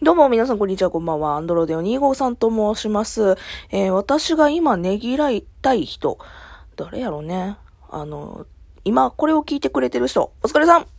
どうも皆さんこんにちは、こんばんは。アンドロデオ2号さんと申します。私が今ねぎらいたい人、誰やろうね。今これを聞いてくれてる人、お疲れさん。